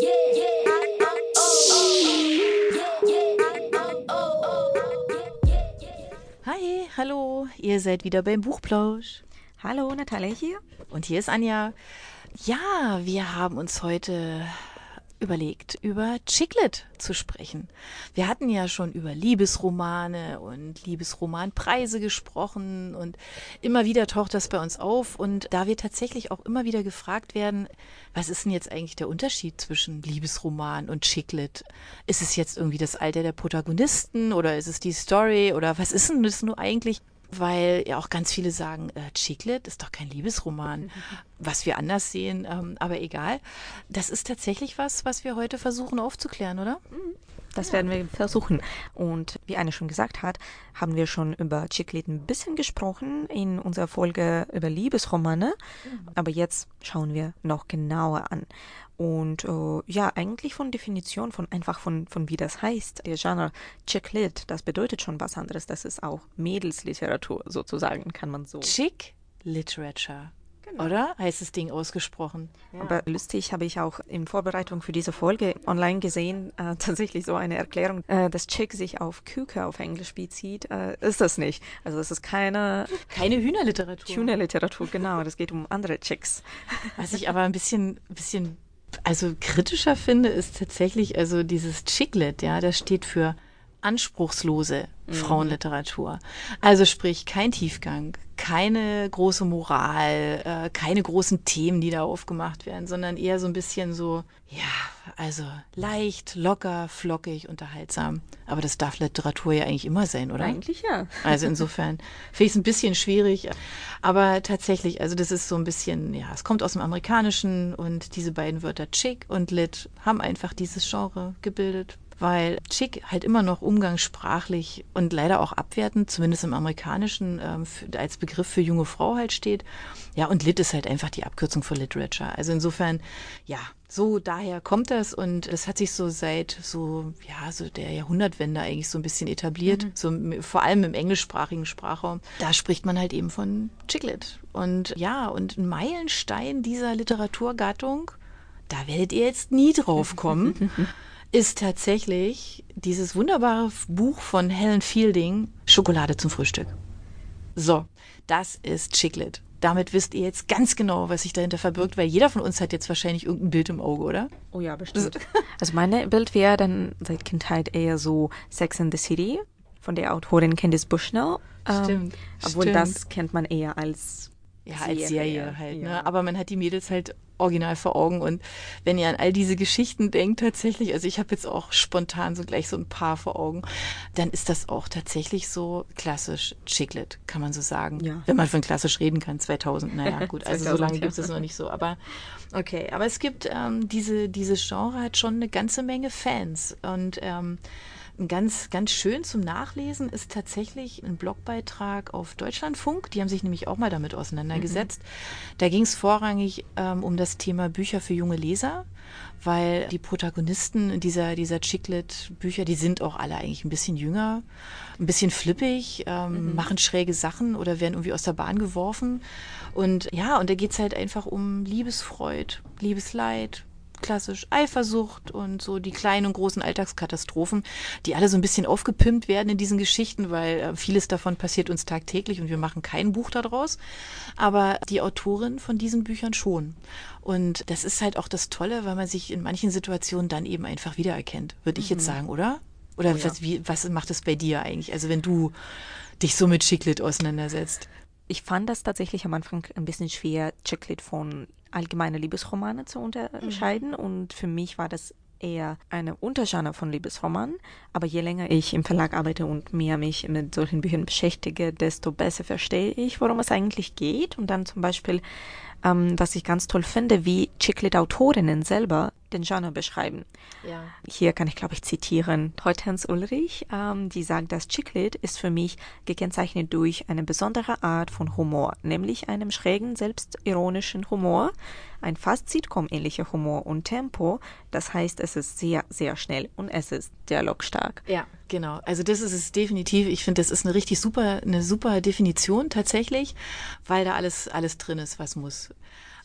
Hi, hallo, ihr seid wieder beim Buchplausch. Hallo, Natalia hier. Und hier ist Anja. Ja, wir haben uns heute überlegt, über Chick-Lit zu sprechen. Wir hatten ja schon über Liebesromane und Liebesromanpreise gesprochen und immer wieder taucht das bei uns auf. Und da wir tatsächlich auch immer wieder gefragt werden, was ist denn jetzt eigentlich der Unterschied zwischen Liebesroman und Chick-Lit? Ist es jetzt irgendwie das Alter der Protagonisten oder ist es die Story oder was ist denn das nur eigentlich? Weil ja auch ganz viele sagen, Chick-Lit ist doch kein Liebesroman, was wir anders sehen, aber egal. Das ist tatsächlich was wir heute versuchen aufzuklären, oder? Das werden wir versuchen. Und wie Anne schon gesagt hat, haben wir schon über Chick-Lit ein bisschen gesprochen in unserer Folge über Liebesromane. Aber jetzt schauen wir noch genauer an. Und eigentlich von Definition, von wie das heißt, der Genre Chick-Lit, das bedeutet schon was anderes. Das ist auch Mädelsliteratur sozusagen, kann man so. Chick Literature. Genau. Oder? Heißt das Ding ausgesprochen. Ja. Aber lustig habe ich auch in Vorbereitung für diese Folge online gesehen, tatsächlich so eine Erklärung, dass Chick sich auf Küke auf Englisch bezieht. Ist das nicht. Also das ist keine Hühnerliteratur. Hühnerliteratur, genau. Das geht um andere Chicks. Was ich aber ein bisschen also kritischer finde, ist tatsächlich also dieses Chick-Lit, ja, das steht für anspruchslose Frauenliteratur. Also sprich, kein Tiefgang, keine große Moral, keine großen Themen, die da aufgemacht werden, sondern eher so ein bisschen so, ja, also leicht, locker, flockig, unterhaltsam. Aber das darf Literatur ja eigentlich immer sein, oder? Eigentlich ja. Also insofern finde ich es ein bisschen schwierig. Aber tatsächlich, also das ist so ein bisschen, ja, es kommt aus dem Amerikanischen und diese beiden Wörter Chick und Lit haben einfach dieses Genre gebildet. Weil Chick halt immer noch umgangssprachlich und leider auch abwertend, zumindest im Amerikanischen, als Begriff für junge Frau halt steht. Ja, und Lit ist halt einfach die Abkürzung für Literature. Also insofern, ja, so daher kommt das und das hat sich so seit so der Jahrhundertwende eigentlich so ein bisschen etabliert, so vor allem im englischsprachigen Sprachraum. Da spricht man halt eben von Chick-Lit. Und ja, und ein Meilenstein dieser Literaturgattung, da werdet ihr jetzt nie drauf kommen, ist tatsächlich dieses wunderbare Buch von Helen Fielding, Schokolade zum Frühstück. So, das ist Chick-Lit. Damit wisst ihr jetzt ganz genau, was sich dahinter verbirgt, weil jeder von uns hat jetzt wahrscheinlich irgendein Bild im Auge, oder? Oh ja, bestimmt. Also mein Bild wäre dann seit Kindheit eher so Sex and the City von der Autorin Candice Bushnell. Stimmt. Obwohl das kennt man eher als Serie halt, ja. Ne? Aber man hat die Mädels halt original vor Augen und wenn ihr an all diese Geschichten denkt tatsächlich, also ich habe jetzt auch spontan so gleich so ein paar vor Augen, dann ist das auch tatsächlich so klassisch Chick-Lit, kann man so sagen. Ja. Wenn man von klassisch reden kann, 2000, naja gut, also 2000, so lange gibt es noch nicht so, aber okay, aber es gibt, dieses Genre hat schon eine ganze Menge Fans und ganz, ganz schön zum Nachlesen ist tatsächlich ein Blogbeitrag auf Deutschlandfunk. Die haben sich nämlich auch mal damit auseinandergesetzt. Da ging es vorrangig um das Thema Bücher für junge Leser, weil die Protagonisten dieser Chick-Lit-Bücher, die sind auch alle eigentlich ein bisschen jünger, ein bisschen flippig, machen schräge Sachen oder werden irgendwie aus der Bahn geworfen. Und ja, und da geht es halt einfach um Liebesfreud, Liebesleid, klassisch Eifersucht und so die kleinen und großen Alltagskatastrophen, die alle so ein bisschen aufgepimpt werden in diesen Geschichten, weil vieles davon passiert uns tagtäglich und wir machen kein Buch daraus. Aber die Autorin von diesen Büchern schon. Und das ist halt auch das Tolle, weil man sich in manchen Situationen dann eben einfach wiedererkennt, würde ich jetzt sagen, oder? Oder was macht es bei dir eigentlich? Also wenn du dich so mit Chick-Lit auseinandersetzt. Ich fand das tatsächlich am Anfang ein bisschen schwer, Chick-Lit von allgemeine Liebesromane zu unterscheiden und für mich war das eher eine Untergenre von Liebesromanen, aber je länger ich im Verlag arbeite und mehr mich mit solchen Büchern beschäftige, desto besser verstehe ich, worum es eigentlich geht und dann zum Beispiel, was ich ganz toll finde, wie Chick-Lit-Autorinnen selber den Genre beschreiben. Ja. Hier kann ich, glaube ich, zitieren Hortense Ulrich, die sagt, dass Chick-Lit ist für mich gekennzeichnet durch eine besondere Art von Humor, nämlich einem schrägen, selbstironischen Humor, ein fast Sitcom-ähnlicher Humor und Tempo. Das heißt, es ist sehr, sehr schnell und es ist dialogstark. Ja, genau. Also das ist es definitiv. Ich finde, das ist eine super Definition tatsächlich, weil da alles drin ist, was muss.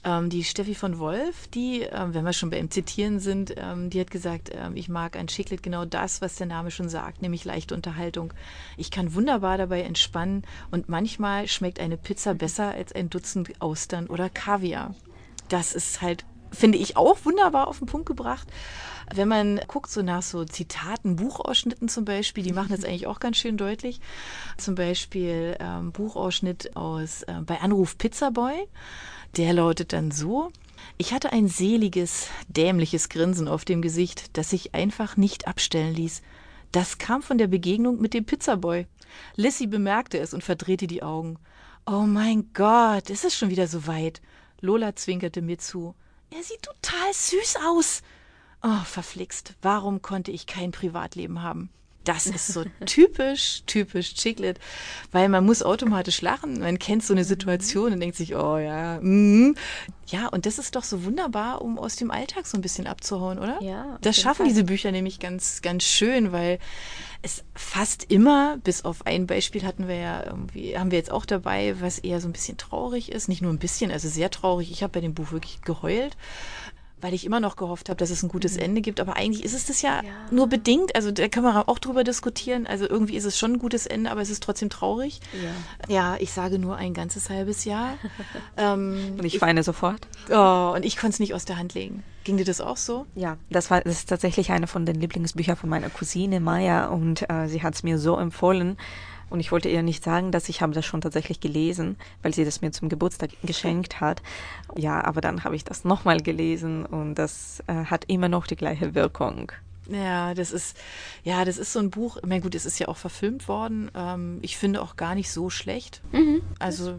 Die Steffi von Wolf, die, wenn wir schon beim Zitieren sind, die hat gesagt, ich mag an Chiclet genau das, was der Name schon sagt, nämlich leichte Unterhaltung. Ich kann wunderbar dabei entspannen und manchmal schmeckt eine Pizza besser als ein Dutzend Austern oder Kaviar. Das ist halt, finde ich, auch wunderbar auf den Punkt gebracht. Wenn man guckt so nach so Zitaten, Buchausschnitten zum Beispiel, die machen das eigentlich auch ganz schön deutlich. Zum Beispiel Buchausschnitt aus bei Anruf Pizzaboy. Der lautet dann so: Ich hatte ein seliges, dämliches Grinsen auf dem Gesicht, das sich einfach nicht abstellen ließ. Das kam von der Begegnung mit dem Pizzaboy. Lissy bemerkte es und verdrehte die Augen. Oh mein Gott, ist es schon wieder so weit? Lola zwinkerte mir zu. Er sieht total süß aus. Oh, verflixt, warum konnte ich kein Privatleben haben? Das ist so typisch Chiclet, weil man muss automatisch lachen. Man kennt so eine Situation und denkt sich, oh ja, Ja, und das ist doch so wunderbar, um aus dem Alltag so ein bisschen abzuhauen, oder? Ja. Das schaffen diese Bücher nämlich ganz, ganz schön, weil es fast immer, bis auf ein Beispiel haben wir jetzt auch dabei, was eher so ein bisschen traurig ist. Nicht nur ein bisschen, also sehr traurig. Ich habe bei dem Buch wirklich geheult, weil ich immer noch gehofft habe, dass es ein gutes Ende gibt. Aber eigentlich ist es das ja nur bedingt. Also da kann man auch drüber diskutieren. Also irgendwie ist es schon ein gutes Ende, aber es ist trotzdem traurig. Ja, ich sage nur ein ganzes halbes Jahr. Und ich weine sofort. Oh, und ich konnte es nicht aus der Hand legen. Ging dir das auch so? Ja, das ist tatsächlich eine von den Lieblingsbüchern von meiner Cousine Maya und sie hat es mir so empfohlen. Und ich wollte ihr nicht sagen, dass ich habe das schon tatsächlich gelesen, weil sie das mir zum Geburtstag geschenkt hat. Ja, aber dann habe ich das nochmal gelesen und das hat immer noch die gleiche Wirkung. Ja, das ist so ein Buch. Ich meine, gut, es ist ja auch verfilmt worden. Ich finde auch gar nicht so schlecht. Also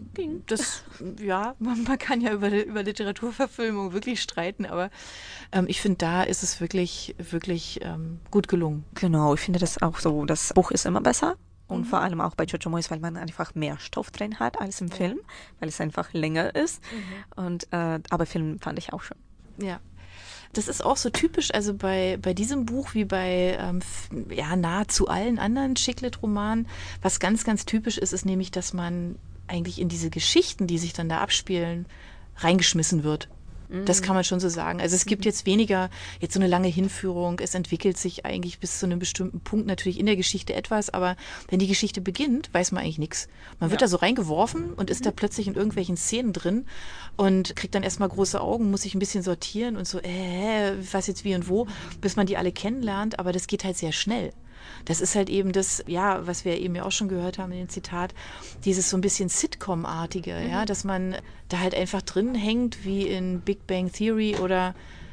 man kann ja über Literaturverfilmung wirklich streiten, aber ich finde, da ist es wirklich, wirklich gut gelungen. Genau, ich finde das auch so. Das Buch ist immer besser. Und vor allem auch bei Jojo Moyes, weil man einfach mehr Stoff drin hat als im Film, weil es einfach länger ist. Und aber Film fand ich auch schön. Ja. Das ist auch so typisch, also bei diesem Buch wie bei nahezu allen anderen Chiclet-Romanen. Was ganz, ganz typisch ist, ist nämlich, dass man eigentlich in diese Geschichten, die sich dann da abspielen, reingeschmissen wird. Das kann man schon so sagen. Also es gibt jetzt weniger, jetzt so eine lange Hinführung. Es entwickelt sich eigentlich bis zu einem bestimmten Punkt natürlich in der Geschichte etwas, aber wenn die Geschichte beginnt, weiß man eigentlich nichts. Man wird da so reingeworfen und ist da plötzlich in irgendwelchen Szenen drin und kriegt dann erstmal große Augen, muss sich ein bisschen sortieren und so, was jetzt wie und wo, bis man die alle kennenlernt, aber das geht halt sehr schnell. Das ist halt eben das, was wir eben ja auch schon gehört haben in dem Zitat, dieses so ein bisschen Sitcom-artige, dass man da halt einfach drin hängt, wie in Big Bang Theory oder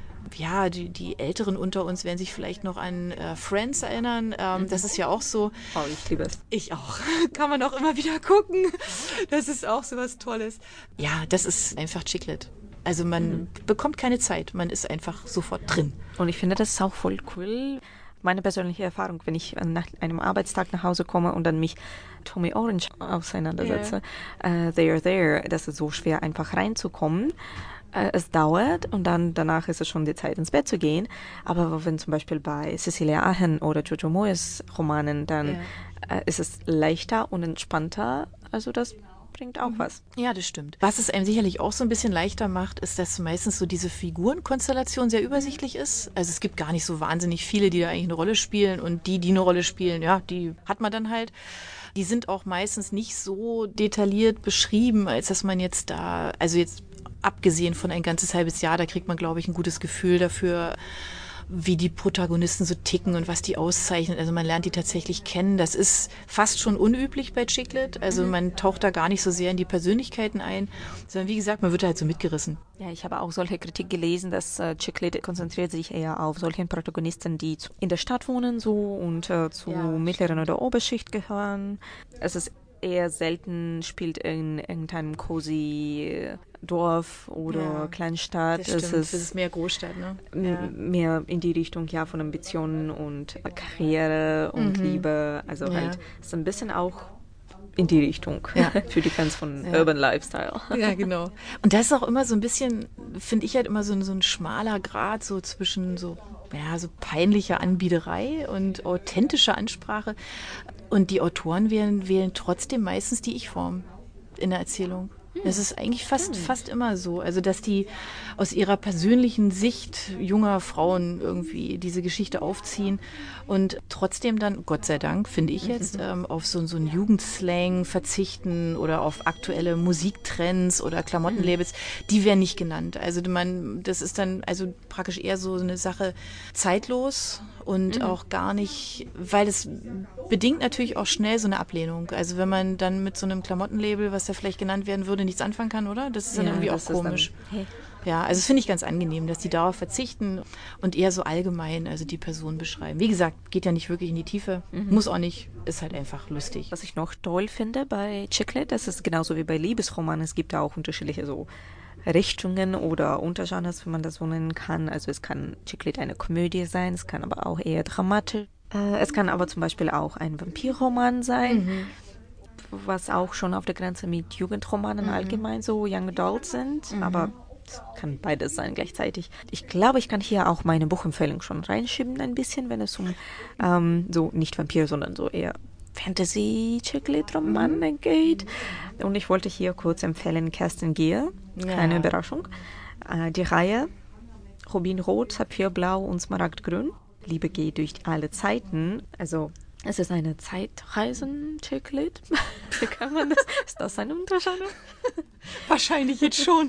die Älteren unter uns werden sich vielleicht noch an Friends erinnern. Das ist ja auch so. Oh, ich liebe es. Ich auch. Kann man auch immer wieder gucken. Das ist auch so was Tolles. Ja, das ist einfach Chiclet. Also man bekommt keine Zeit, man ist einfach sofort drin. Und ich finde das ist auch voll cool. Meine persönliche Erfahrung, wenn ich nach einem Arbeitstag nach Hause komme und dann mich Tommy Orange auseinandersetze, there, das ist so schwer, einfach reinzukommen. Es dauert und dann danach ist es schon die Zeit, ins Bett zu gehen. Aber wenn zum Beispiel bei Cecilia Ahern oder Jojo Moyes Romanen, dann ist es leichter und entspannter. Also das bringt auch was. Ja, das stimmt. Was es einem sicherlich auch so ein bisschen leichter macht, ist, dass meistens so diese Figurenkonstellation sehr übersichtlich ist. Also es gibt gar nicht so wahnsinnig viele, die da eigentlich eine Rolle spielen und die eine Rolle spielen, die hat man dann halt. Die sind auch meistens nicht so detailliert beschrieben, als dass man jetzt da, also jetzt abgesehen von ein ganzes halbes Jahr, da kriegt man, glaube ich, ein gutes Gefühl dafür, wie die Protagonisten so ticken und was die auszeichnet. Also man lernt die tatsächlich kennen. Das ist fast schon unüblich bei Chiclet. Also man taucht da gar nicht so sehr in die Persönlichkeiten ein, sondern wie gesagt, man wird halt so mitgerissen. Ja, ich habe auch solche Kritik gelesen, dass Chiclet konzentriert sich eher auf solche Protagonisten, die in der Stadt wohnen so und zur mittleren oder Oberschicht gehören. Es ist eher selten, spielt in irgendeinem cozy Dorf oder Kleinstadt. Das stimmt, es ist mehr Großstadt, ne? Mehr in die Richtung von Ambitionen und Karriere und Liebe. Also halt, ist ein bisschen auch in die Richtung für die Fans von Urban Lifestyle. Ja, genau. Und das ist auch immer so ein bisschen, finde ich halt immer so ein schmaler Grat so zwischen so peinlicher Anbiederei und authentischer Ansprache. Und die Autoren wählen trotzdem meistens die Ich-Form in der Erzählung. Das ist eigentlich fast immer so. Also, dass die aus ihrer persönlichen Sicht junger Frauen irgendwie diese Geschichte aufziehen und trotzdem dann, Gott sei Dank, finde ich jetzt, auf so einen Jugendslang verzichten oder auf aktuelle Musiktrends oder Klamottenlabels, die werden nicht genannt. Also, das ist dann also praktisch eher so eine Sache zeitlos und auch gar nicht, weil es bedingt natürlich auch schnell so eine Ablehnung. Also wenn man dann mit so einem Klamottenlabel, was da vielleicht genannt werden würde, nichts anfangen kann, oder? Das ist dann irgendwie auch komisch. Ja, also das finde ich ganz angenehm, dass die darauf verzichten und eher so allgemein, also die Person beschreiben. Wie gesagt, geht ja nicht wirklich in die Tiefe, muss auch nicht, ist halt einfach lustig. Was ich noch toll finde bei Chick-Lit, das ist genauso wie bei Liebesromanen, es gibt da auch unterschiedliche so Richtungen oder Untergenres, wenn man das so nennen kann. Also es kann Chick-Lit eine Komödie sein, es kann aber auch eher dramatisch. Es kann aber zum Beispiel auch ein Vampirroman sein, was auch schon auf der Grenze mit Jugendromanen allgemein so Young Adult sind, aber es kann beides sein gleichzeitig. Ich glaube, ich kann hier auch meine Buchempfehlung schon reinschieben ein bisschen, wenn es um so nicht Vampir, sondern so eher Fantasy-Chick-Lit-Romane geht. Und ich wollte hier kurz empfehlen Kerstin Gier, keine Überraschung. Die Reihe Rubinrot, Saphirblau und Smaragdgrün. Liebe geht durch alle Zeiten. Also es ist eine Zeitreisen-Chick-Lit. Wie kann man das? Ist das eine Unterscheidung? Wahrscheinlich jetzt schon.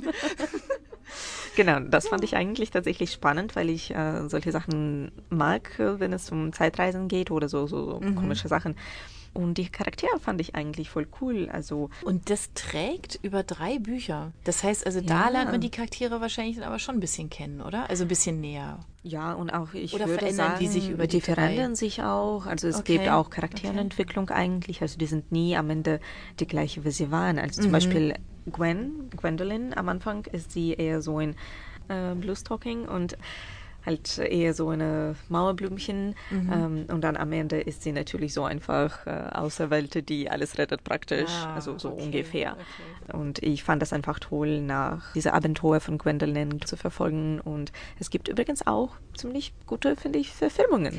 Genau, das fand ich eigentlich tatsächlich spannend, weil ich solche Sachen mag, wenn es um Zeitreisen geht oder so komische Sachen. Und die Charaktere fand ich eigentlich voll cool. Also und das trägt über 3 Bücher. Das heißt, also da lernt man die Charaktere wahrscheinlich dann aber schon ein bisschen kennen, oder? Also ein bisschen näher. Ja, und auch ich oder würde verändern sagen, die sich über die verändern sich auch. Also es gibt auch Charakterenentwicklung eigentlich. Also die sind nie am Ende die gleiche, wie sie waren. Also zum Beispiel Gwendolyn, am Anfang ist sie eher so ein Bluestalking und halt eher so eine Mauerblümchen und dann am Ende ist sie natürlich so einfach Auserwählte, die alles rettet praktisch, also so ungefähr. Okay. Und ich fand das einfach toll, nach diese Abenteuer von Gwendolyn zu verfolgen und es gibt übrigens auch ziemlich gute, finde ich, Verfilmungen.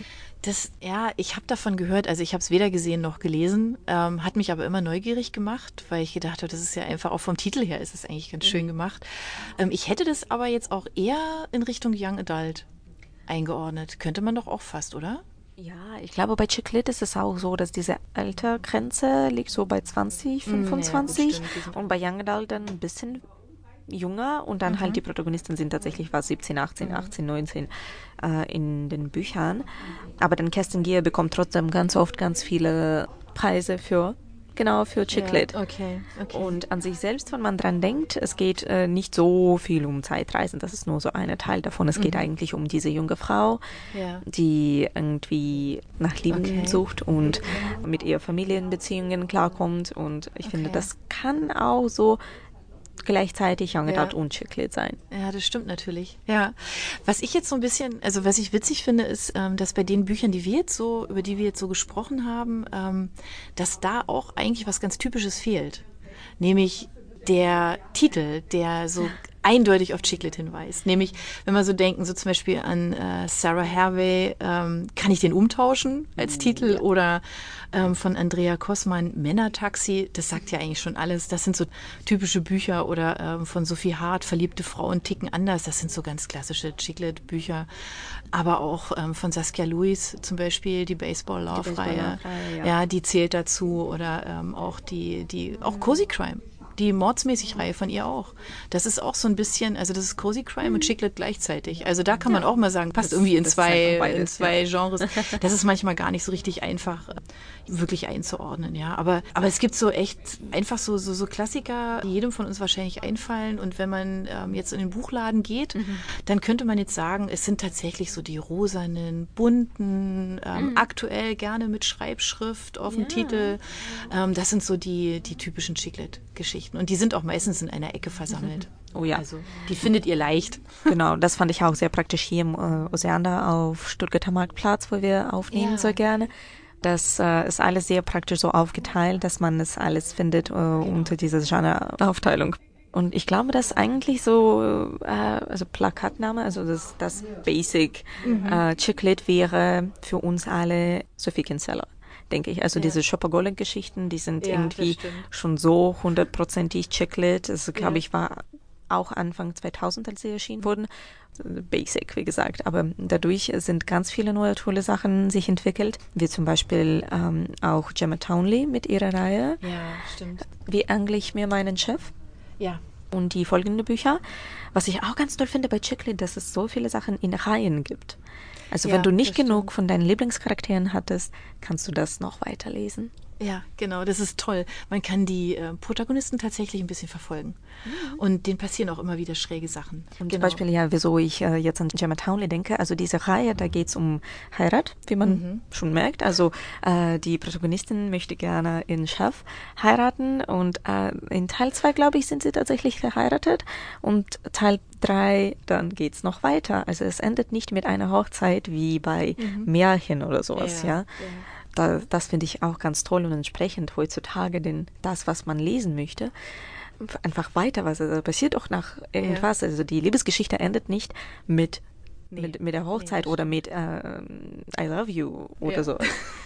Ich habe davon gehört, also ich habe es weder gesehen noch gelesen, hat mich aber immer neugierig gemacht, weil ich gedacht habe, das ist ja einfach, auch vom Titel her ist es eigentlich ganz schön gemacht. Ich hätte das aber jetzt auch eher in Richtung Young Adult eingeordnet. Könnte man doch auch fast, oder? Ja, ich glaube, bei Chick-Lit ist es auch so, dass diese Altergrenze liegt so bei 20, 25 ja, gut, und bei Young Adult dann ein bisschen jünger und dann halt die Protagonisten sind tatsächlich 17, 18, 19 in den Büchern. Aber dann Kerstin Gier bekommt trotzdem ganz oft ganz viele Preise für Chick-Lit. Ja, okay. Und an sich selbst, wenn man dran denkt, es geht nicht so viel um Zeitreisen, das ist nur so ein Teil davon. Es geht eigentlich um diese junge Frau, die irgendwie nach Liebe sucht und mit ihren Familienbeziehungen klarkommt. Und ich finde, das kann auch so gleichzeitig Young Adult und Chick-Lit sein. Ja, das stimmt natürlich. Ja. Was ich jetzt so ein bisschen, also was ich witzig finde, ist, dass bei den Büchern, über die wir jetzt so gesprochen haben, dass da auch eigentlich was ganz Typisches fehlt. Nämlich der Titel, der so eindeutig auf Chick-Lit hinweist. Nämlich, wenn wir so denken, so zum Beispiel an Sarah Hervey, kann ich den umtauschen als Titel? Oder von Andrea Kossmann, Männertaxi, das sagt ja eigentlich schon alles. Das sind so typische Bücher. Oder von Sophie Hart, Verliebte Frauen ticken anders. Das sind so ganz klassische Chick-Lit-Bücher. Aber auch von Saskia Lewis zum Beispiel, die Baseball-Love-Reihe. Ja, die zählt dazu. Oder auch auch Cozy Crime. Die Mordsmäßig-Reihe von ihr auch. Das ist auch so ein bisschen, also das ist Cozy Crime und Chick-Lit gleichzeitig. Also da kann man auch mal sagen, passt irgendwie in zwei Genres. Das ist manchmal gar nicht so richtig einfach wirklich einzuordnen, ja. Aber es gibt so echt einfach so Klassiker, die jedem von uns wahrscheinlich einfallen. Und wenn man jetzt in den Buchladen geht, dann könnte man jetzt sagen, es sind tatsächlich so die rosanen, bunten, aktuell gerne mit Schreibschrift auf dem Titel. Das sind so die typischen Chick-Lit-Geschichten. Und die sind auch meistens in einer Ecke versammelt. Oh ja. Also, die findet ihr leicht. Genau, das fand ich auch sehr praktisch hier im Oseander auf Stuttgarter Marktplatz, wo wir aufnehmen so gerne. Das ist alles sehr praktisch so aufgeteilt, dass man es alles findet unter dieser Genre-Aufteilung. Und ich glaube, dass eigentlich so, also Plakatname, also das Basic Chick-Lit wäre für uns alle Sophie Kinsella. denke ich. Also diese Shopaholic-Geschichten, die sind irgendwie schon so 100%ig Chick-Lit. Das, glaube ich, war auch Anfang 2000, als sie erschienen wurden. Basic, wie gesagt. Aber dadurch sind ganz viele neue tolle Sachen sich entwickelt, wie zum Beispiel auch Gemma Townley mit ihrer Reihe. Ja, stimmt. Wie angle ich mir meinen Chef? Ja. Und die folgenden Bücher. Was ich auch ganz toll finde bei Chick-Lit, dass es so viele Sachen in Reihen gibt. Also wenn du nicht genug von deinen Lieblingscharakteren hattest, kannst du das noch weiterlesen. Ja, genau, das ist toll. Man kann die Protagonisten tatsächlich ein bisschen verfolgen. Und denen passieren auch immer wieder schräge Sachen. Und zum Beispiel, wieso ich jetzt an Gemma Townley denke, also diese Reihe, da geht es um Heirat, wie man schon merkt. Also die Protagonistin möchte gerne ihren Chef heiraten und in Teil 2, glaube ich, sind sie tatsächlich verheiratet und Teil 3, dann geht es noch weiter. Also es endet nicht mit einer Hochzeit wie bei Märchen oder sowas, ja. Das finde ich auch ganz toll und entsprechend heutzutage das, was man lesen möchte, einfach weiter, was also passiert auch nach irgendwas. Also die Liebesgeschichte endet nicht mit der Hochzeit oder mit I love you oder so.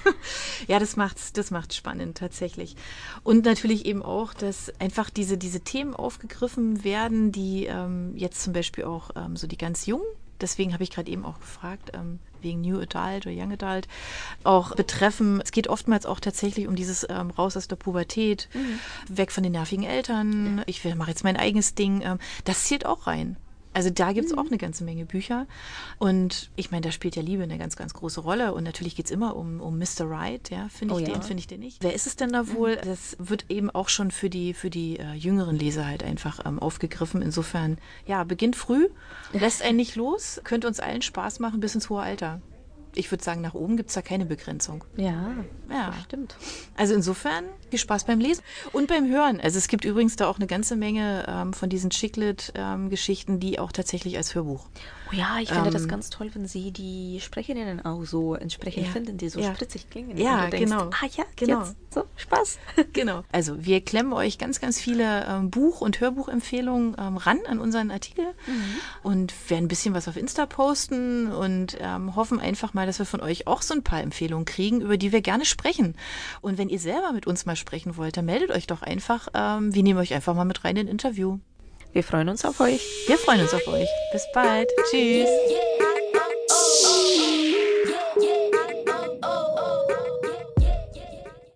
Ja, das macht's spannend tatsächlich. Und natürlich eben auch, dass einfach diese Themen aufgegriffen werden, die jetzt zum Beispiel auch so die ganz Jungen, deswegen habe ich gerade eben auch gefragt, wegen New Adult oder Young Adult, auch betreffen. Es geht oftmals auch tatsächlich um dieses raus aus der Pubertät, weg von den nervigen Eltern, ich mache jetzt mein eigenes Ding. Das zählt auch rein. Also da gibt es auch eine ganze Menge Bücher. Und ich meine, da spielt ja Liebe eine ganz, ganz große Rolle. Und natürlich geht es immer um Mr. Right, ja, finde ich den nicht. Wer ist es denn da wohl? Das wird eben auch schon für die jüngeren Leser halt einfach aufgegriffen. Insofern, ja, beginnt früh, lässt einen nicht los, könnte uns allen Spaß machen bis ins hohe Alter. Ich würde sagen, nach oben gibt es da keine Begrenzung. Ja, stimmt. Also insofern viel Spaß beim Lesen und beim Hören. Also es gibt übrigens da auch eine ganze Menge von diesen Chick-Lit-Geschichten, die auch tatsächlich als Hörbuch. Oh ja, ich finde das ganz toll, wenn sie die Sprecherinnen auch so entsprechend finden, die so spritzig klingen. Ja, und du denkst, genau. Jetzt, so, Spaß. Genau. Also wir klemmen euch ganz, ganz viele Buch- und Hörbuchempfehlungen ran an unseren Artikel und werden ein bisschen was auf Insta posten und hoffen einfach mal, dass wir von euch auch so ein paar Empfehlungen kriegen, über die wir gerne sprechen. Und wenn ihr selber mit uns mal sprechen wollt, dann meldet euch doch einfach. Wir nehmen euch einfach mal mit rein in ein Interview. Wir freuen uns auf euch. Wir freuen uns auf euch. Bis bald. Tschüss.